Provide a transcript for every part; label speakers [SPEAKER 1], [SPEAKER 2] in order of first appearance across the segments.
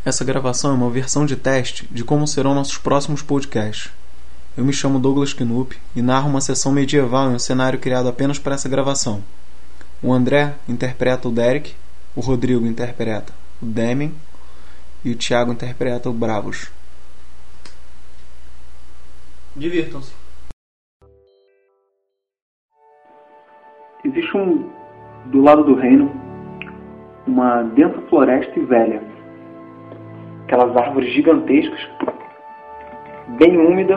[SPEAKER 1] Essa gravação é uma versão de teste de como serão nossos próximos podcasts. Eu me chamo Douglas Knupp e narro uma sessão medieval em um cenário criado apenas para essa gravação. O André interpreta o Derek, o Rodrigo interpreta o Deming e o Thiago interpreta o Bravos. Divirtam-se.
[SPEAKER 2] Existe do lado do reino uma densa floresta e velha. Aquelas árvores gigantescas, bem úmida,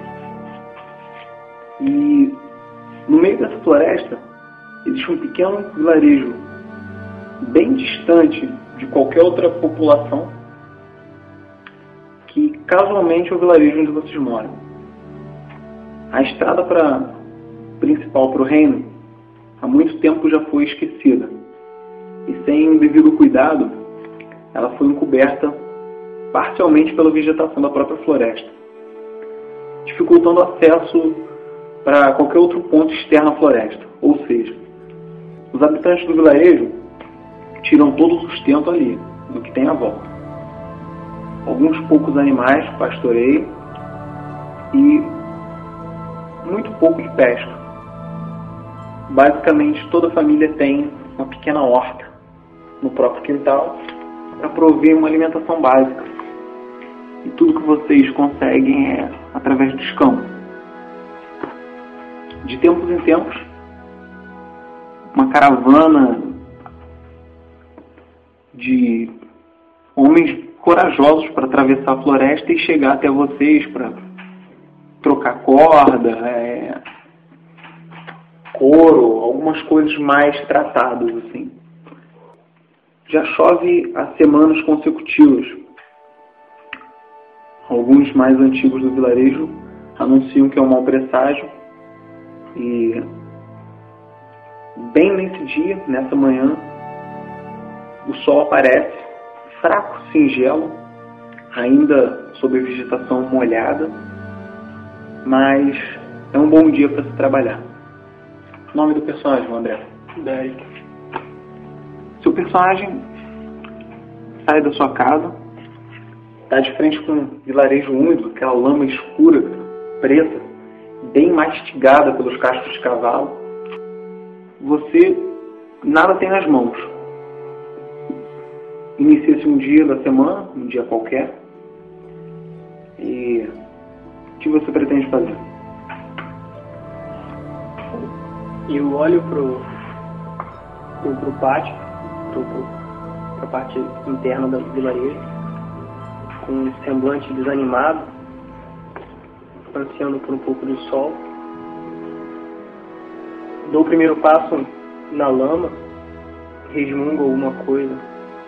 [SPEAKER 2] e no meio dessa floresta existe um pequeno vilarejo bem distante de qualquer outra população, que casualmente é o vilarejo onde vocês moram. A estrada principal para o reino há muito tempo já foi esquecida, e sem o devido cuidado ela foi encoberta parcialmente pela vegetação da própria floresta, dificultando o acesso para qualquer outro ponto externo à floresta. Ou seja, os habitantes do vilarejo tiram todo o sustento ali, do que tem à volta. Alguns poucos animais pastoreiam e muito pouco de pesca. Basicamente, toda a família tem uma pequena horta no próprio quintal para prover uma alimentação básica. E tudo que vocês conseguem é através dos campos. De tempos em tempos, uma caravana de homens corajosos para atravessar a floresta e chegar até vocês para trocar corda, couro, algumas coisas mais tratadas assim. Já chove há semanas consecutivas. Alguns mais antigos do vilarejo anunciam que é um mau presságio, e bem nesse dia, nessa manhã, o sol aparece, fraco, singelo, ainda sob a vegetação molhada, mas é um bom dia para se trabalhar. O nome do personagem, André?
[SPEAKER 3] Derek.
[SPEAKER 2] Seu personagem sai da sua casa, está de frente com um vilarejo úmido, aquela lama escura, preta, bem mastigada pelos cascos de cavalo. Você nada tem nas mãos. Inicia-se um dia da semana, um dia qualquer. E o que você pretende fazer?
[SPEAKER 3] Eu olho pro pátio, pra parte interna do vilarejo, com um semblante desanimado, ansiando por um pouco de sol. Dou o primeiro passo na lama, resmungo alguma coisa,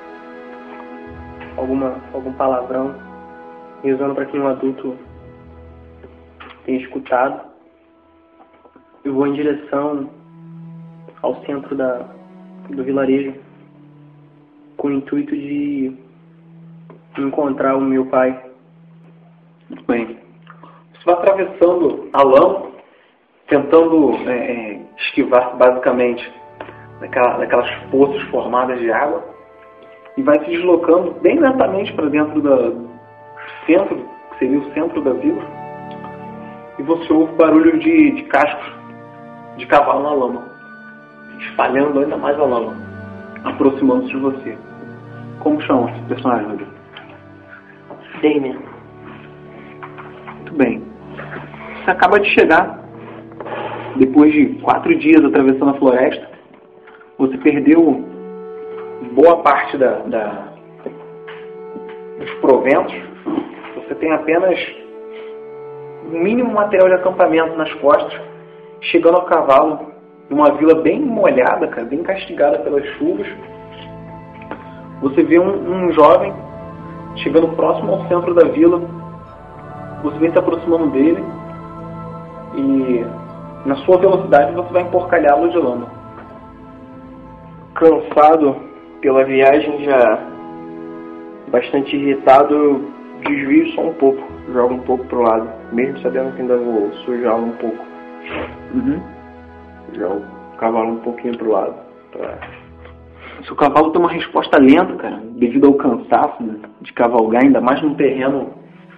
[SPEAKER 3] algum palavrão, rezando para que um adulto tenha escutado. Eu vou em direção ao centro do vilarejo, com o intuito de encontrar o meu pai.
[SPEAKER 2] Muito bem. Você vai atravessando a lama, tentando esquivar basicamente daquelas poças formadas de água, e vai se deslocando bem lentamente para dentro do centro, que seria o centro da vila, e você ouve barulho de cascos de cavalo na lama, espalhando ainda mais a lama, aproximando-se de você. Como chama esse personagem, Rodrigo?
[SPEAKER 3] Damien.
[SPEAKER 2] Muito bem. Você acaba de chegar, depois de 4 dias atravessando a floresta. Você perdeu boa parte dos proventos. Você tem apenas o mínimo material de acampamento nas costas, chegando a cavalo numa vila bem molhada, cara, bem castigada pelas chuvas. Você vê um jovem chegando próximo ao centro da vila. Você vem se aproximando dele e, na sua velocidade, você vai emporcalhá-lo de lama.
[SPEAKER 3] Cansado pela viagem, já bastante irritado, eu desvio só um pouco, jogo um pouco pro lado, mesmo sabendo que ainda vou sujá-lo um pouco. Jogo o cavalo um pouquinho pro lado, pra
[SPEAKER 2] Seu cavalo tem uma resposta lenta, cara, devido ao cansaço, né, de cavalgar, ainda mais num terreno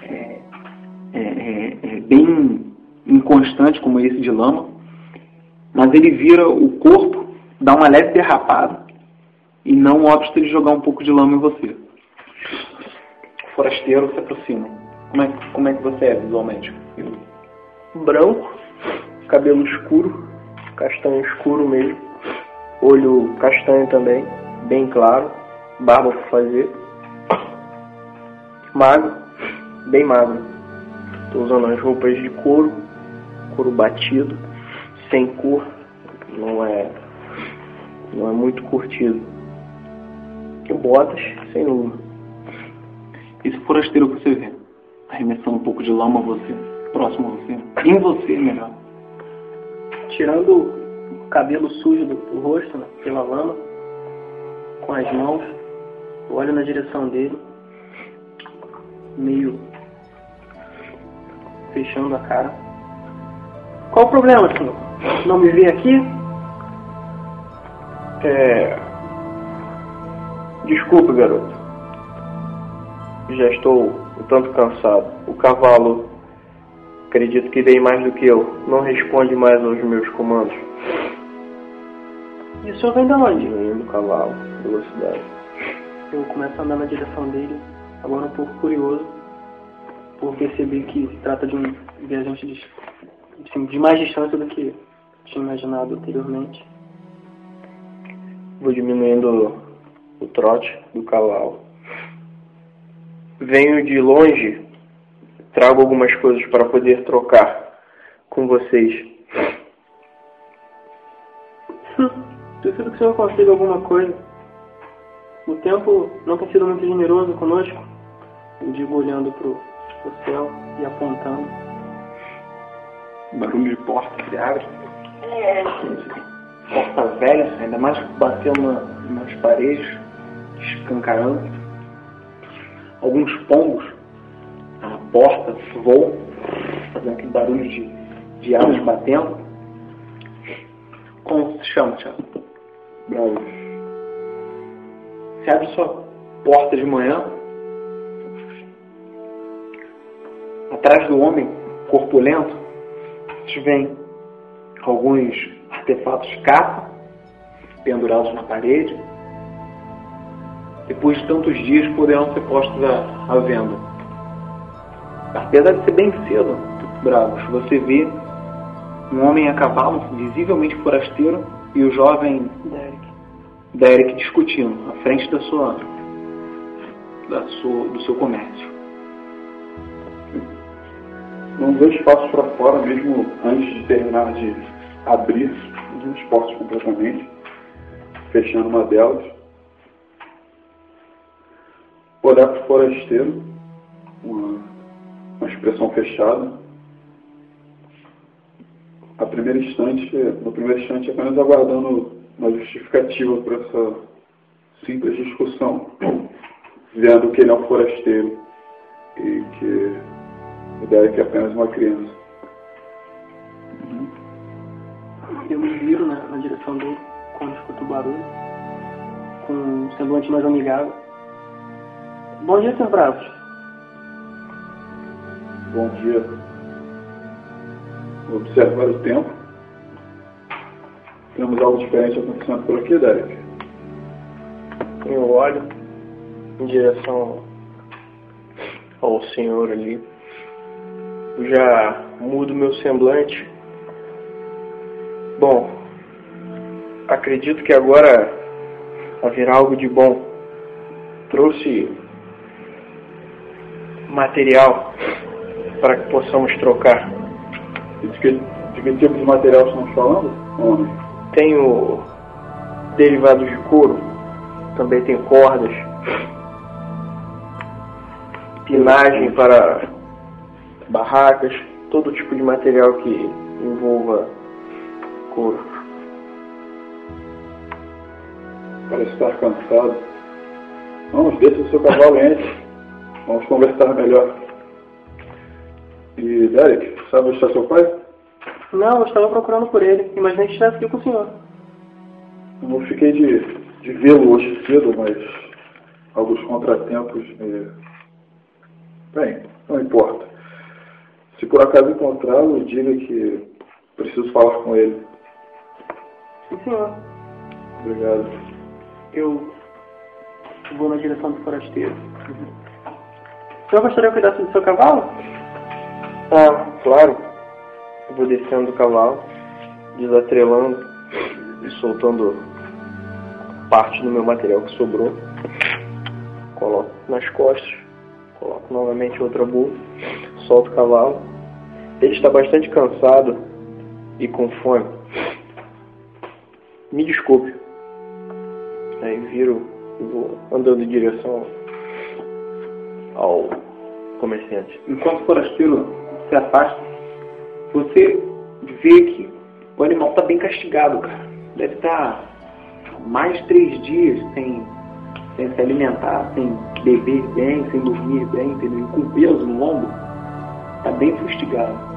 [SPEAKER 2] bem inconstante como esse de lama. Mas ele vira o corpo, dá uma leve derrapada e não obsta de jogar um pouco de lama em você. O forasteiro se aproxima. Como é que você é visualmente?
[SPEAKER 3] Branco, cabelo escuro, castanho escuro mesmo, olho castanho também, bem claro, barba por fazer, magro, bem magro. Estou usando as roupas de couro batido, sem cor, não é muito curtido. E botas sem luva.
[SPEAKER 2] Esse forasteiro que você vê, arremessando um pouco de lama a você, próximo a você, em você melhor.
[SPEAKER 3] Tirando o cabelo sujo do rosto, né, pela lama, com as mãos, eu olho na direção dele, meio fechando a cara. Qual o problema, senhor? Não me vê aqui? Desculpe, garoto. Já estou um tanto cansado. O cavalo, acredito que dei mais do que eu, não responde mais aos meus comandos. E o senhor vem de onde? Indo do cavalo, velocidade. Eu começo a andar na direção dele, agora um pouco curioso, por perceber que se trata de um viajante de mais distância do que tinha imaginado anteriormente. Vou diminuindo o trote do cavalo. Venho de longe, trago algumas coisas para poder trocar com vocês. Prefiro que o senhor consiga alguma coisa. O tempo não tem sido muito generoso conosco. Eu digo olhando pro céu e apontando.
[SPEAKER 2] Barulho de porta que se abre. Porta velha, ainda mais batendo nas paredes, escancarando. Alguns pombos, a porta voam, fazendo aquele barulho de asas batendo. Como se chama, Thiago?
[SPEAKER 3] Bravo.
[SPEAKER 2] Você abre sua porta de manhã. Atrás do homem corpulento, vem alguns artefatos de caça pendurados na parede. Depois de tantos dias poderão ser postos à venda. Apesar de ser bem cedo, Bravos, você vê um homem a cavalo, visivelmente forasteiro, e o jovem Derek discutindo à frente do seu comércio.
[SPEAKER 4] Não vejo espaço para fora, mesmo antes de terminar de abrir as portas completamente, fechando uma delas. Olhar para o forasteiro, uma expressão fechada. No primeiro instante, apenas aguardando uma justificativa para essa simples discussão, vendo que ele é um forasteiro e que o Derek é apenas uma criança.
[SPEAKER 3] Eu me viro na direção dele, quando escuto o barulho, com um semblante mais amigável. Bom dia, Sr. Bravos.
[SPEAKER 4] Bom dia. Observar o tempo. Temos algo diferente acontecendo por aqui, Derek?
[SPEAKER 3] Eu olho em direção ao senhor ali. Eu já mudo meu semblante. Bom, acredito que agora haverá algo de bom. Trouxe material para que possamos trocar.
[SPEAKER 4] E de que tipo de material estamos falando, homem?
[SPEAKER 3] Tenho derivados de couro, também tem cordas, pinagem para barracas, todo tipo de material que envolva couro.
[SPEAKER 4] Parece estar cansado. Vamos, deixa o seu cavalo entre. Vamos conversar melhor. E, Derek, sabe onde está seu pai?
[SPEAKER 3] Não, eu estava procurando por ele. Imaginei que estivesse aqui com o senhor.
[SPEAKER 4] Eu fiquei de de vê-lo hoje cedo, mas alguns contratempos bem, não importa. Se por acaso encontrá-lo, diga que preciso falar com ele.
[SPEAKER 3] Sim, senhor.
[SPEAKER 4] Obrigado.
[SPEAKER 3] Eu vou na direção do forasteiro. O senhor gostaria que eu cuidasse do seu cavalo?
[SPEAKER 5] Claro. Eu vou descendo do cavalo, desatrelando e soltando parte do meu material que sobrou. Coloco nas costas, coloco novamente outra bolsa, solto o cavalo. Ele está bastante cansado e com fome. Me desculpe. Aí viro e vou andando em direção ao comerciante.
[SPEAKER 2] Enquanto o forasteiro se afasta, você vê que o animal está bem castigado, cara. Deve estar mais de 3 dias sem se alimentar, sem beber bem, sem dormir bem, entendeu? E com peso no ombro, está bem fustigado.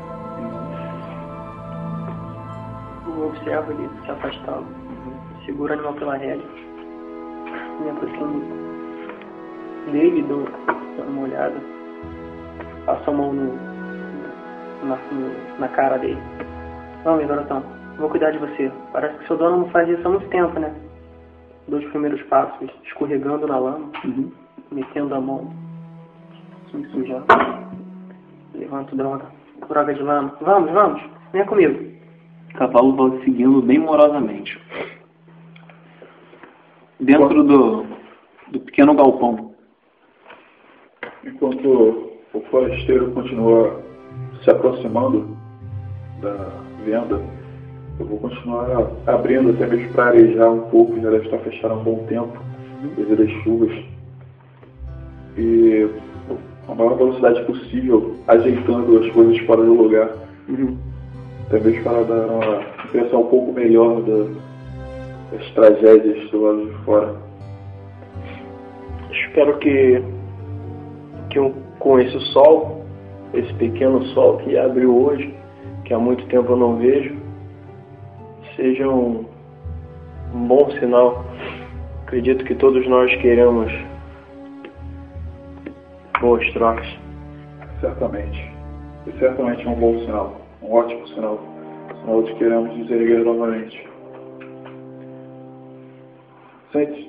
[SPEAKER 3] Eu observo ele se afastando. Seguro o animal pela rédea. Me aproximo dele, dou uma olhada. Passo a mão na cara dele. Vamos, garotão. Vou cuidar de você. Parece que seu dono não faz isso há muito tempo, né? Dou os primeiros passos, escorregando na lama, metendo a mão, me sujando. Levanto droga de lama. Vamos. Venha comigo.
[SPEAKER 2] O cavalo vai seguindo bem morosamente. Dentro do pequeno galpão.
[SPEAKER 4] Enquanto o forasteiro continua se aproximando da venda, eu vou continuar abrindo até mesmo para arejar um pouco, já deve estar fechado há um bom tempo, devido às chuvas. E a maior velocidade possível, ajeitando as coisas fora do lugar. Até mesmo para dar uma impressão um pouco melhor das tragédias do lado de fora.
[SPEAKER 5] Espero que com esse sol, esse pequeno sol que abriu hoje, que há muito tempo eu não vejo, seja um bom sinal. Acredito que todos nós queremos boas trocas.
[SPEAKER 4] Certamente. E certamente é um bom sinal. Um ótimo sinal. Sinal de que queremos nos erguer novamente. Sente-se.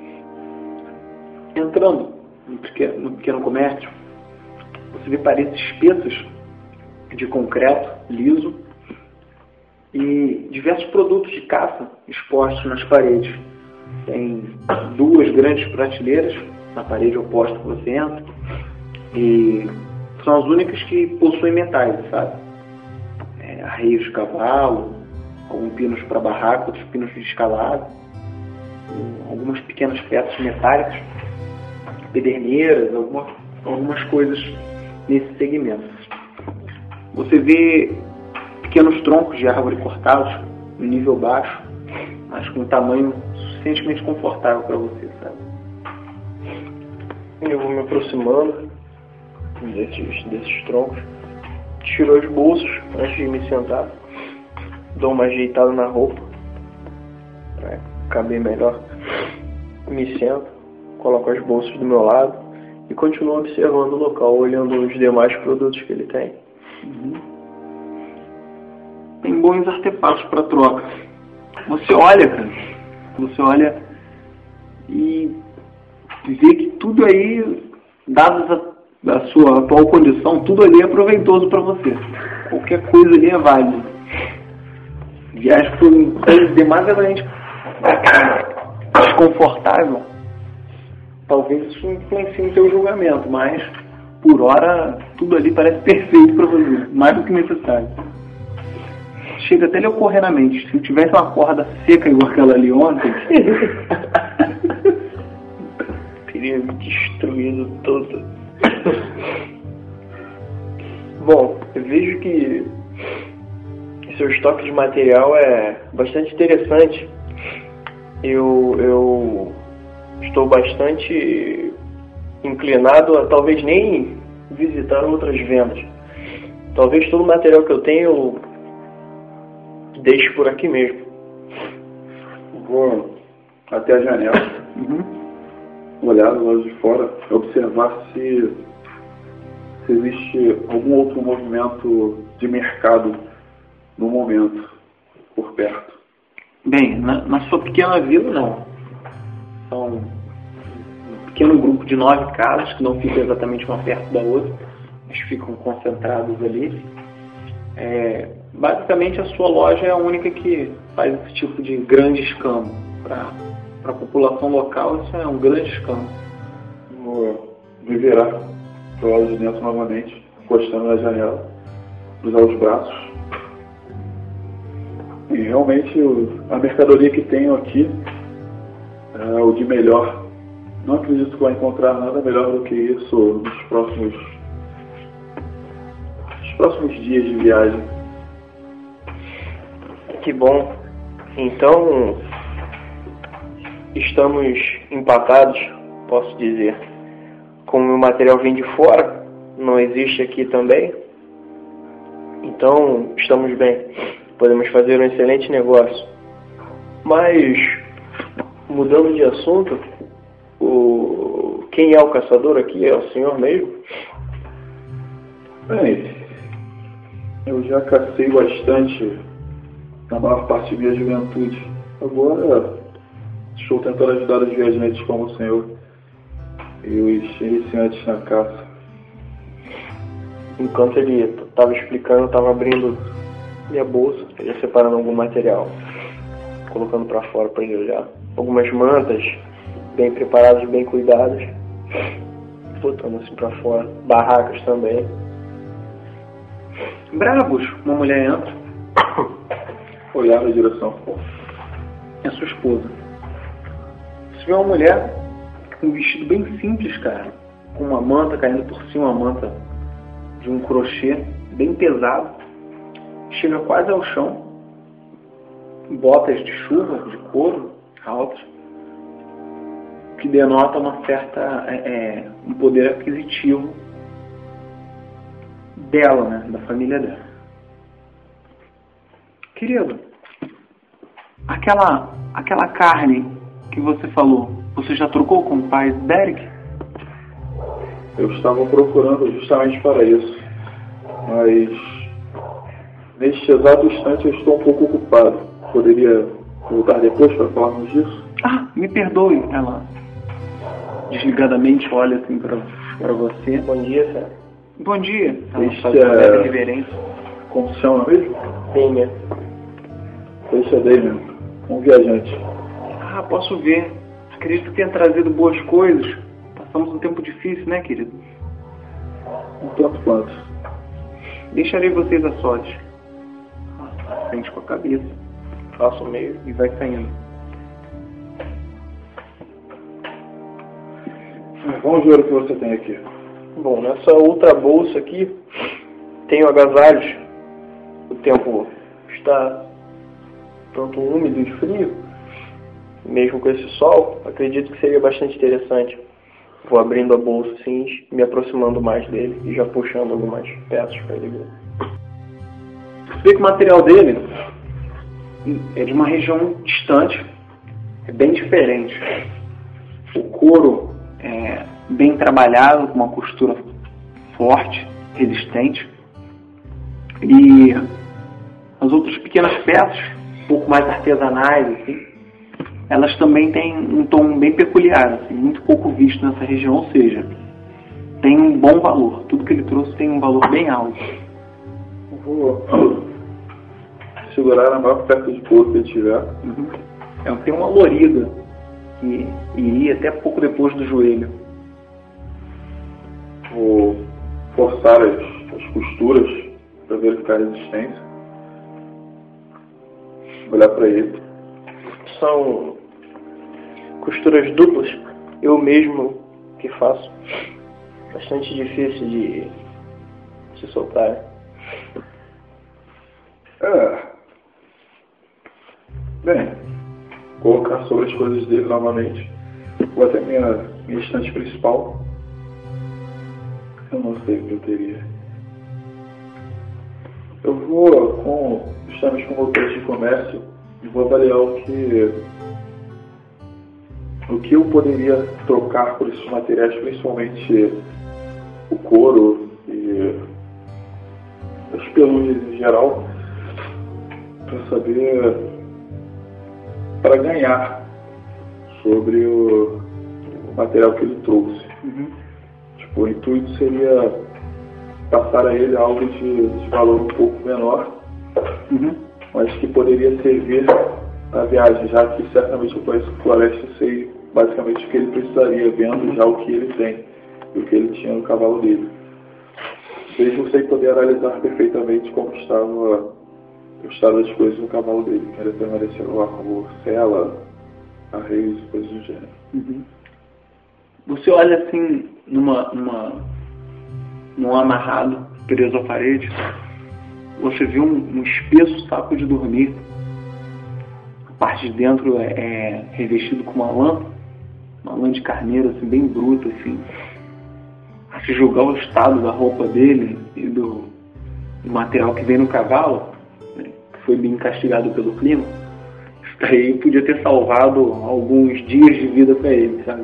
[SPEAKER 2] Entrando no pequeno comércio, você vê paredes espessas de concreto liso e diversos produtos de caça expostos nas paredes. Tem 2 grandes prateleiras na parede oposta que você entra e são as únicas que possuem metais, sabe? Arreios de cavalo, alguns pinos para barraco, outros pinos de escalado, algumas pequenas peças metálicas, pederneiras, algumas coisas nesse segmento. Você vê pequenos troncos de árvore cortados no nível baixo, mas com um tamanho suficientemente confortável para você, sabe?
[SPEAKER 5] Eu vou me aproximando desses troncos, tiro as bolsas antes de me sentar, dou uma ajeitada na roupa para caber melhor, me sento, coloco as bolsas do meu lado e continuo observando o local, olhando os demais produtos que ele tem.
[SPEAKER 2] Tem bons artefatos para troca. Você olha, cara, e vê que tudo aí, dadas a sua atual condição, tudo ali é proveitoso para você. Qualquer coisa ali é válida. Viagem por um tempo demasiadamente desconfortável. Talvez isso influencie no seu julgamento, mas por hora tudo ali parece perfeito para você, mais do que necessário. Chega até lhe ocorrer na mente, se eu tivesse uma corda seca igual aquela ali ontem,
[SPEAKER 5] teria me destruído todo. Bom, eu vejo que seu estoque de material é bastante interessante. Eu estou bastante inclinado a talvez nem visitar outras vendas. Talvez todo o material que eu tenho deixe por aqui mesmo.
[SPEAKER 4] Vou até a janela, olhar do lado de fora, observar se existe algum outro movimento de mercado no momento, por perto.
[SPEAKER 2] Bem, na sua pequena vila, não. São um pequeno grupo de 9 casas que não ficam exatamente uma perto da outra, mas ficam concentrados ali. Basicamente, a sua loja é a única que faz esse tipo de grande escambo. Para a população local, isso é um grande escambo.
[SPEAKER 4] Vou me virar para o lado de dentro novamente, encostando na janela, cruzar os braços. E realmente a mercadoria que tenho aqui é o de melhor. Não acredito que vai encontrar nada melhor do que isso nos próximos dias de viagem.
[SPEAKER 5] Que bom. Então, estamos empatados, posso dizer. Como o material vem de fora, não existe aqui também. Então, estamos bem. Podemos fazer um excelente negócio. Mas, mudando de assunto, quem é o caçador aqui? É o senhor mesmo?
[SPEAKER 4] Bem, eu já cacei bastante na maior parte da minha juventude. Agora estou tentando ajudar os viajantes como o senhor e os iniciantes na caça.
[SPEAKER 5] Enquanto ele estava explicando, eu estava abrindo minha bolsa, já separando algum material, colocando para fora para ele olhar. Algumas mantas bem preparadas, bem cuidadas, botando assim para fora. Barracas também.
[SPEAKER 2] Bravos, uma mulher entra.
[SPEAKER 4] Olhar na direção.
[SPEAKER 2] É sua esposa. Você vê uma mulher com um vestido bem simples, cara. Com uma manta caindo por cima, uma manta de um crochê bem pesado. Chega quase ao chão. Botas de chuva, de couro, altas. Que denota uma certa, um poder aquisitivo dela, né? Da família dela. Querido, aquela carne que você falou, você já trocou com o pai Derek?
[SPEAKER 4] Eu estava procurando justamente para isso, mas neste exato instante eu estou um pouco ocupado. Poderia voltar depois para falarmos disso?
[SPEAKER 2] Ah, me perdoe. Ela desligadamente olha assim para você.
[SPEAKER 5] Bom dia, senhor.
[SPEAKER 2] Bom dia. Ela
[SPEAKER 4] Este
[SPEAKER 2] faz uma leve reverência.
[SPEAKER 4] Como se chama mesmo?
[SPEAKER 5] Venha.
[SPEAKER 4] Este é Damien, um viajante.
[SPEAKER 2] Ah, posso ver. Acredito que tenha trazido boas coisas. Passamos um tempo difícil, né, querido?
[SPEAKER 4] Um tanto quanto.
[SPEAKER 2] Deixarei vocês a sós. Frente com a cabeça.
[SPEAKER 5] Faço o meio.
[SPEAKER 2] E vai saindo.
[SPEAKER 4] Vamos ver o que você tem aqui.
[SPEAKER 5] Bom, nessa outra bolsa aqui, tenho agasalhos. O tempo está tanto úmido e frio, mesmo com esse sol, acredito que seria bastante interessante. Vou abrindo a bolsa assim, me aproximando mais dele e já puxando algumas peças para ele ver.
[SPEAKER 2] Você vê que o material dele é de uma região distante, é bem diferente. O couro é bem trabalhado, com uma costura forte, resistente. E as outras pequenas peças, um pouco mais artesanais, assim, elas também têm um tom bem peculiar, assim, muito pouco visto nessa região, ou seja, tem um bom valor. Tudo que ele trouxe tem um valor bem alto.
[SPEAKER 4] Vou segurar a maior perto de couro que ele tiver.
[SPEAKER 2] Tem uma loriga que iria até pouco depois do joelho.
[SPEAKER 4] Vou forçar as costuras para verificar a resistência. Olhar para ele.
[SPEAKER 5] São costuras duplas, eu mesmo que faço. Bastante difícil de se soltar.
[SPEAKER 4] Bem, colocar sobre as coisas dele novamente. Vou até minha estante principal. Eu não sei o que eu teria. Eu vou, justamente com o texto de comércio, e vou avaliar o o que eu poderia trocar por esses materiais, principalmente o couro e as pelugens em geral, para ganhar sobre o material que ele trouxe. Tipo, o intuito seria passar a ele algo de valor um pouco menor, mas que poderia servir na viagem, já que certamente eu conheço a floresta e sei basicamente o que ele precisaria, vendo já o que ele tem e o que ele tinha no cavalo dele. Mesmo sem poder analisar perfeitamente como estava o estado das coisas no cavalo dele, que ele permaneceu lá como sela, arreios e coisas do gênero.
[SPEAKER 2] Você olha assim num amarrado preso à parede, você vê um espesso saco de dormir. A parte de dentro é revestido com uma lã de carneiro assim, bem bruta assim. A se julgar o estado da roupa dele e do material que vem no cavalo, né, que foi bem castigado pelo clima, isso daí podia ter salvado alguns dias de vida para ele, sabe?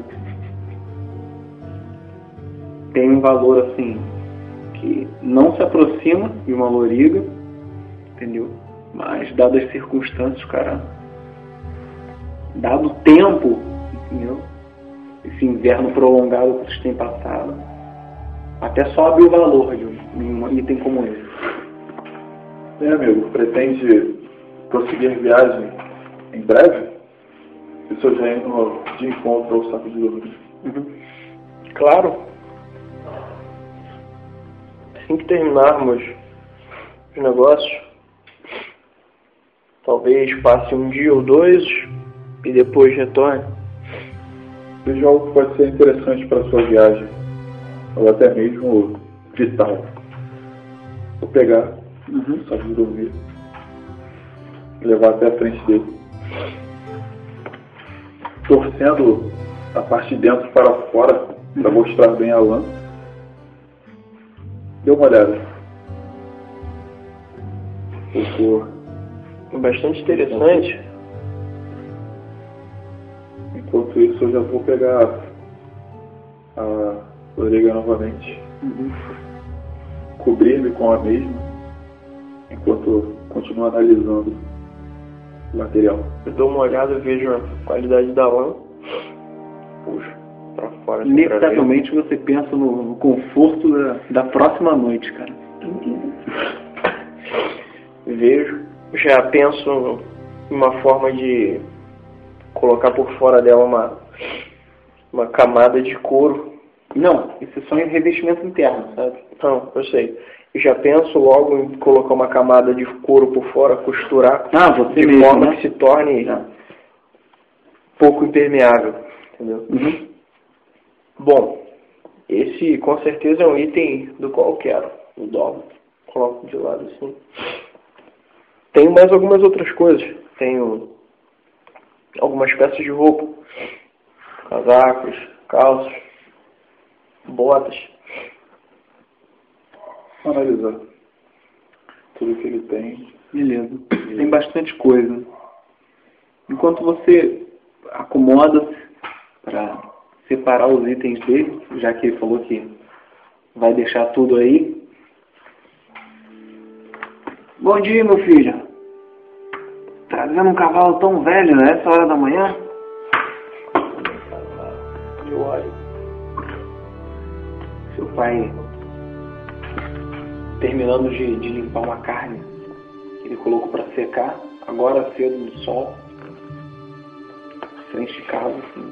[SPEAKER 2] Tem um valor assim que não se aproxima de uma loriga, entendeu? Mas dadas as circunstâncias, cara, dado o tempo, entendeu? Esse inverno prolongado que vocês têm passado, até sobe o valor de um item como esse.
[SPEAKER 4] Amigo, pretende prosseguir viagem em breve? Isso já indo de encontro ao saco de dormir.
[SPEAKER 5] Claro. Assim que terminarmos os negócios, talvez passe um dia ou dois e depois retorne.
[SPEAKER 4] Veja algo que pode ser interessante para a sua viagem, ou até mesmo vital. Vou pegar o saco de dormir e levar até a frente dele, torcendo a parte de dentro para fora para mostrar bem a lã. Dê uma olhada.
[SPEAKER 5] Bastante interessante.
[SPEAKER 4] Enquanto isso, eu já vou pegar a orelha novamente, cobrir-me com a mesma, enquanto continuo analisando o material.
[SPEAKER 5] Eu dou uma olhada e vejo a qualidade da lã. Puxa, pra fora.
[SPEAKER 2] Inevitavelmente você pensa no conforto da próxima noite, cara.
[SPEAKER 5] Vejo, já penso em uma forma de colocar por fora dela uma camada de couro.
[SPEAKER 2] Não, isso é só em revestimento interno, sabe?
[SPEAKER 5] Não, eu sei. Eu já penso logo em colocar uma camada de couro por fora, costurar
[SPEAKER 2] você
[SPEAKER 5] de
[SPEAKER 2] mesmo,
[SPEAKER 5] forma
[SPEAKER 2] né?
[SPEAKER 5] que se torne pouco impermeável, entendeu? Bom, esse com certeza é um item do qual eu quero. Eu dobro, coloco de lado assim. Tenho mais algumas outras coisas. Tenho algumas peças de roupa, casacos, calças, botas.
[SPEAKER 4] Vamos analisar tudo que ele tem.
[SPEAKER 2] Beleza. Tem bastante coisa. Enquanto você acomoda-se para separar os itens dele, já que ele falou que vai deixar tudo aí. Bom dia, meu filho. Trazendo um cavalo tão velho nessa hora da manhã?
[SPEAKER 5] Eu olho.
[SPEAKER 2] Seu pai, terminando de limpar uma carne que ele colocou para secar, agora cedo no sol, frente de casa, assim.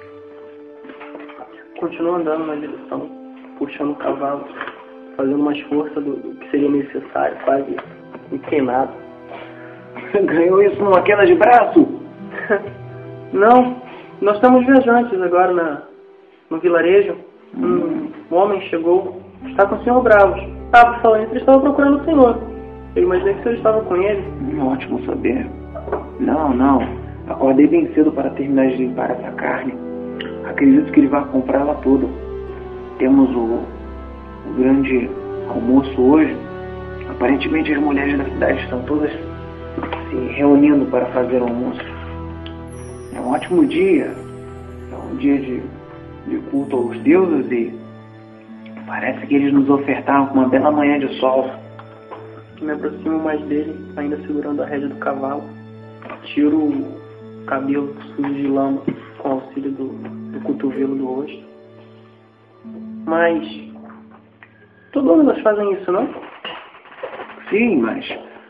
[SPEAKER 3] Continuo andando na direção, puxando o cavalo, fazendo mais força do que seria necessário, quase queimado.
[SPEAKER 2] Ganhou isso numa queda de braço?
[SPEAKER 3] Não, nós estamos viajantes agora no vilarejo. Um homem chegou, está com o senhor Bravos. Por falar nisso, ele estava procurando o senhor. Eu imaginei que o senhor estava com ele.
[SPEAKER 2] Ótimo saber. Não. Acordei bem cedo para terminar de limpar essa carne. Acredito que ele vai comprar ela toda. Temos o grande almoço hoje. Aparentemente as mulheres da cidade estão todas se reunindo para fazer o almoço. É um ótimo dia. um dia de culto aos deuses e parece que eles nos ofertaram uma bela manhã de sol.
[SPEAKER 3] Me aproximo mais dele, ainda segurando a rédea do cavalo. Tiro o cabelo sujo de lama com auxílio do cotovelo do rosto. Mas todos elas fazem isso, não?
[SPEAKER 2] Sim, mas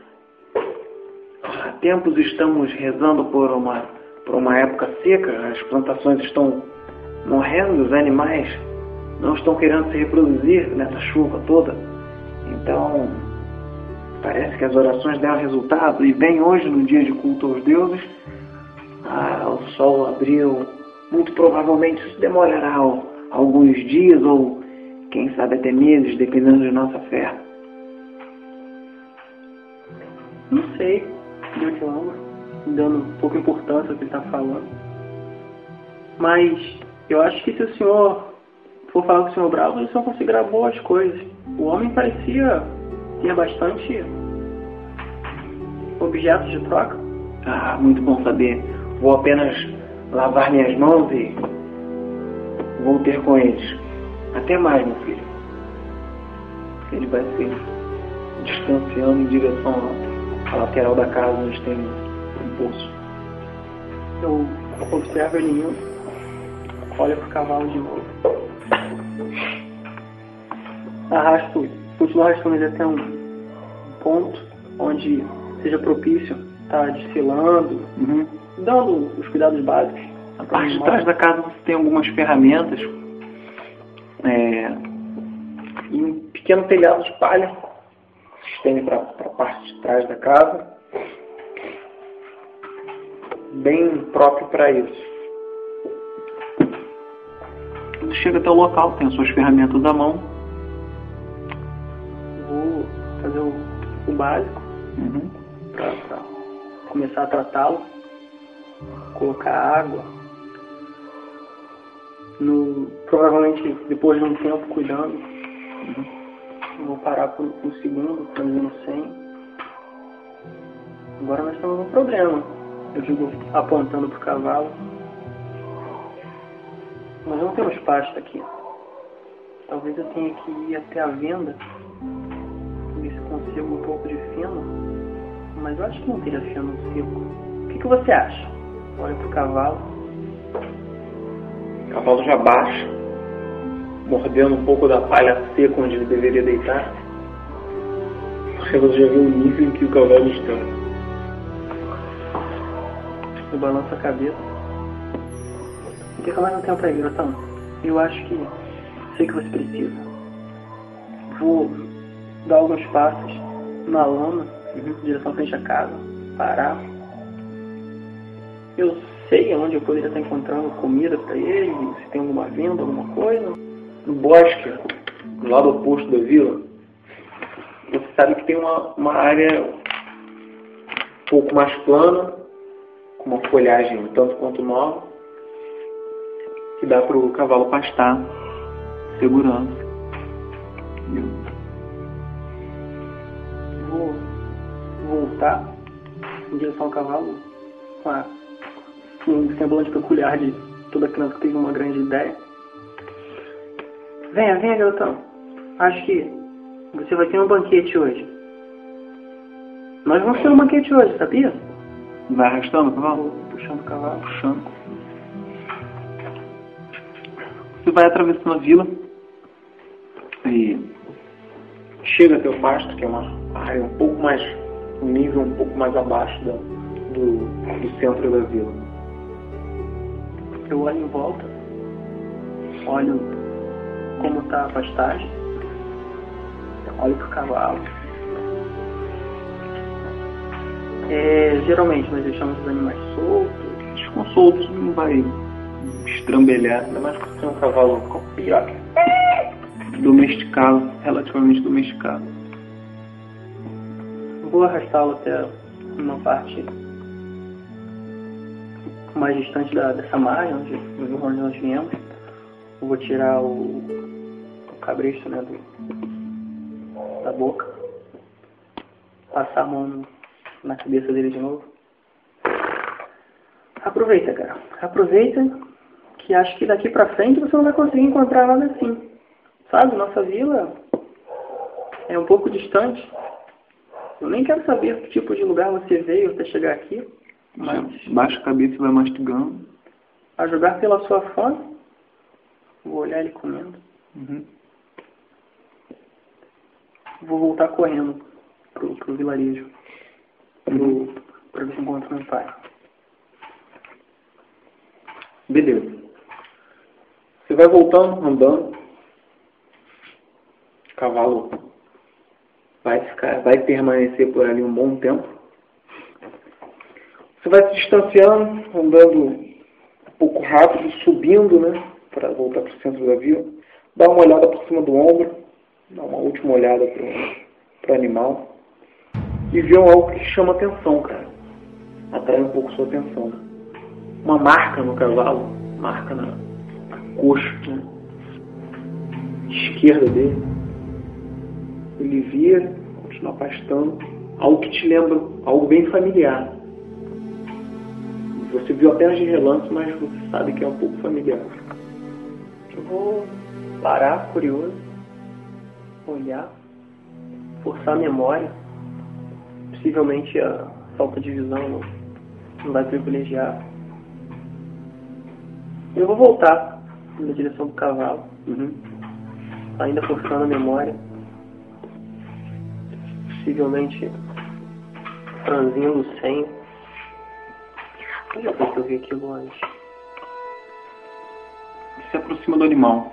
[SPEAKER 2] há tempos estamos rezando por uma época seca. As plantações estão morrendo, os animais não estão querendo se reproduzir nessa chuva toda. Então, parece que as orações deram resultado. E bem hoje, no dia de culto aos deuses, o sol abriu. Muito provavelmente isso demorará alguns dias ou, quem sabe, até meses, dependendo de nossa fé.
[SPEAKER 3] Não sei, eu te amo, dando pouca importância ao que ele está falando. Mas eu acho que se o senhor for falar com o senhor Bravo, eles vão conseguir boas coisas. O homem parecia ter bastante objetos de troca.
[SPEAKER 2] Muito bom saber. Vou apenas lavar minhas mãos e vou ter com eles. Até mais, meu filho. Ele vai se distanciando em direção à lateral da casa onde tem um poço.
[SPEAKER 3] Eu observo ele indo, olho pro cavalo de novo. Continuo arrastando ele até um ponto onde seja propício estar desfilando, dando os cuidados básicos.
[SPEAKER 2] Na parte de trás da casa você tem algumas ferramentas e um pequeno telhado de palha que se estende para a parte de trás da casa, bem próprio para isso. Você chega até o local, tem as suas ferramentas à mão.
[SPEAKER 3] Vou fazer o básico para começar a tratá-lo, colocar água. Provavelmente depois de um tempo cuidando, vou parar por um segundo, fazendo 100. Agora nós temos um problema. Eu digo apontando para o cavalo. Nós não temos pasta aqui. Talvez eu tenha que ir até a venda, ver se consigo um pouco de feno. Mas eu acho que não teria feno seco. O que você acha? Olha para o cavalo.
[SPEAKER 2] O cavalo já baixa, mordendo um pouco da palha seca onde ele deveria deitar. Você já viu o nível em que o cavalo está.
[SPEAKER 3] Eu balanço a cabeça. Não fica mais um tempo aí, garotão. Eu acho que sei que você precisa. Vou dar alguns passos na lama, em direção à frente à casa, parar. Eu sei onde eu poderia estar encontrando comida para ele, se tem alguma venda, alguma coisa.
[SPEAKER 2] No bosque, do lado oposto da vila, você sabe que tem uma área um pouco mais plana, com uma folhagem tanto quanto nova, que dá para o cavalo pastar, segurança.
[SPEAKER 3] Vou voltar em direção ao cavalo com um semblante peculiar de toda criança que teve uma grande ideia. Venha, garotão. Acho que você vai ter um banquete hoje. Nós vamos ter um banquete hoje, sabia?
[SPEAKER 2] Vai arrastando o cavalo?
[SPEAKER 3] Puxando o cavalo.
[SPEAKER 2] Puxando. Você vai atravessando a vila e chega até o pasto, que é uma área um nível um pouco mais abaixo do centro da vila.
[SPEAKER 3] Eu olho em volta, olho como está a pastagem, olho para o cavalo. Geralmente nós deixamos os animais soltos.
[SPEAKER 2] Eles ficam soltos, não vai estrambelhar, ainda mais que é um cavalo copioca. Domesticado, relativamente domesticado.
[SPEAKER 3] Vou arrastá-lo até uma parte mais distante dessa margem, onde nós viemos. Eu vou tirar o cabresto, né, da boca, passar a mão na cabeça dele de novo. Aproveita, cara. Aproveita que acho que daqui pra frente você não vai conseguir encontrar nada assim. Sabe, nossa vila é um pouco distante. Eu nem quero saber que tipo de lugar você veio até chegar aqui. Mas
[SPEAKER 2] baixa a cabeça e vai mastigando.
[SPEAKER 3] A jogar pela sua fome, vou olhar ele comendo. Vou voltar correndo pro vilarejo. Pra ver se encontro meu pai.
[SPEAKER 2] Beleza. Você vai voltando, andando. O cavalo vai permanecer por ali um bom tempo. Você vai se distanciando, andando um pouco rápido, subindo, né? Para voltar para o centro da vila. Dá uma olhada por cima do ombro. Dá uma última olhada pro animal. E vê algo que chama atenção, cara. Atrai um pouco sua atenção. Uma marca no cavalo. Marca na coxa, né? Esquerda dele. Ele vira, continua pastando. Algo que te lembra, algo bem familiar. Você viu apenas de relance, mas você sabe que é um pouco familiar.
[SPEAKER 3] Eu vou parar, curioso, olhar, forçar a memória. Possivelmente a falta de visão não vai privilegiar. Eu vou voltar na direção do cavalo, ainda forçando a memória. Possivelmente franzindo o senho. Já foi que eu vi aquilo antes.
[SPEAKER 2] Se aproxima do animal.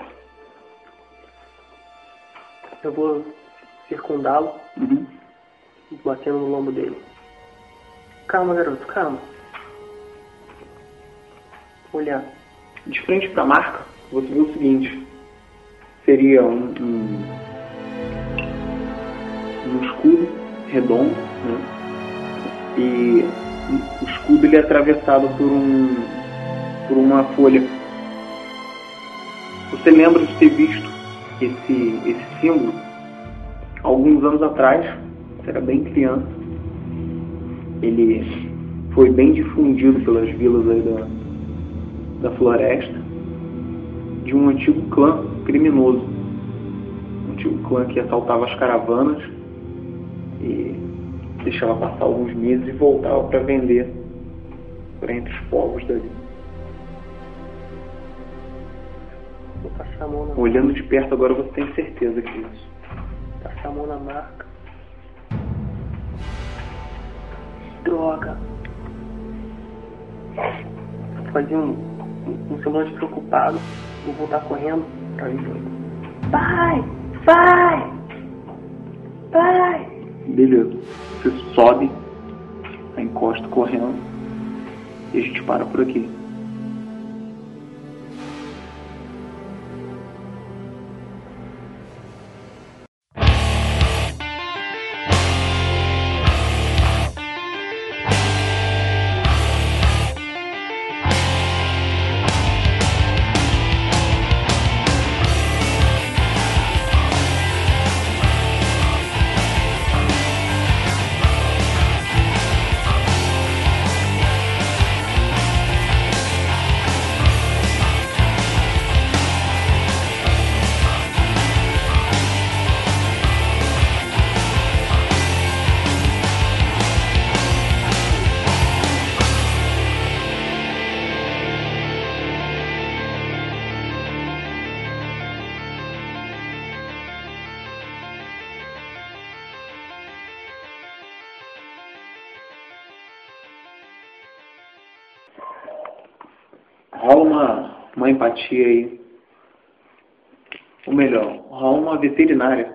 [SPEAKER 3] Eu vou circundá-lo, batendo no lombo dele. Calma, garoto, calma. Olhar.
[SPEAKER 2] De frente para a marca, você vê o seguinte. Seria um escudo redondo, né? E o escudo ele é atravessado por uma folha. Você lembra de ter visto esse símbolo alguns anos atrás? Você era bem criança. Ele foi bem difundido pelas vilas aí da floresta, de um antigo clã criminoso. Um antigo clã que assaltava as caravanas e deixava passar alguns meses e voltava para vender para entre os povos dali.
[SPEAKER 3] Vou passar a mão na
[SPEAKER 2] Olhando de perto agora você tem certeza que é isso.
[SPEAKER 3] Passar a mão na marca. Droga. Fazia um semblante preocupado. Vou voltar correndo pra ir. Pai! Pai! Pai!
[SPEAKER 2] Beleza. Você sobe a encosta correndo e a gente para por aqui. Rola uma empatia aí. Ou melhor, rola uma veterinária.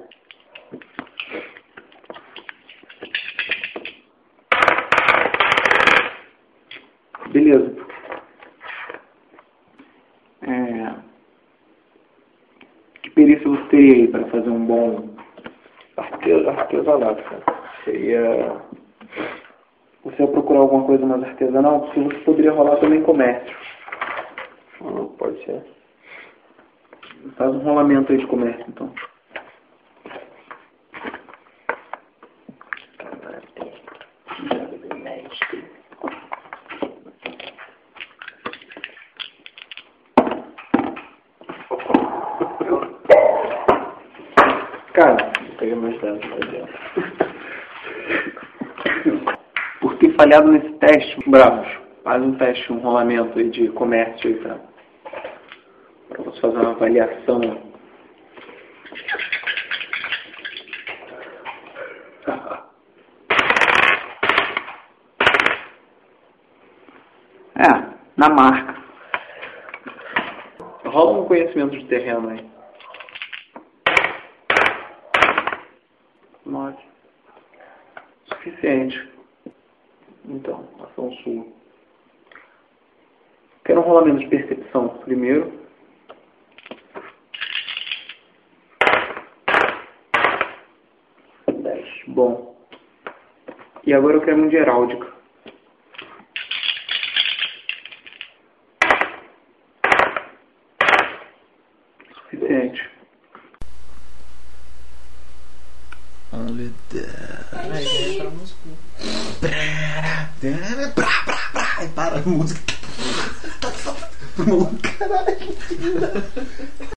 [SPEAKER 2] Beleza. Que perícia você teria aí para fazer um bom artesanato, cara? Seria... Você vai procurar alguma coisa mais artesanal? Porque você poderia rolar também comércio.
[SPEAKER 5] Pode ser.
[SPEAKER 2] Faz um rolamento aí de comércio, então. Cara,
[SPEAKER 5] Pega meus dados lá dentro.
[SPEAKER 2] por ter falhado nesse teste, bravos, faz um teste, um rolamento aí de comércio aí pra você fazer uma avaliação. Na marca. Rola um conhecimento de terreno aí. 9. Suficiente. Então, ação sua. Quero um rolamento de percepção primeiro. Bom. E agora eu quero um de heráldica. Suficiente.
[SPEAKER 1] Only death.
[SPEAKER 6] A ideia é pra Moscou.
[SPEAKER 1] Aí para a música. Caralho.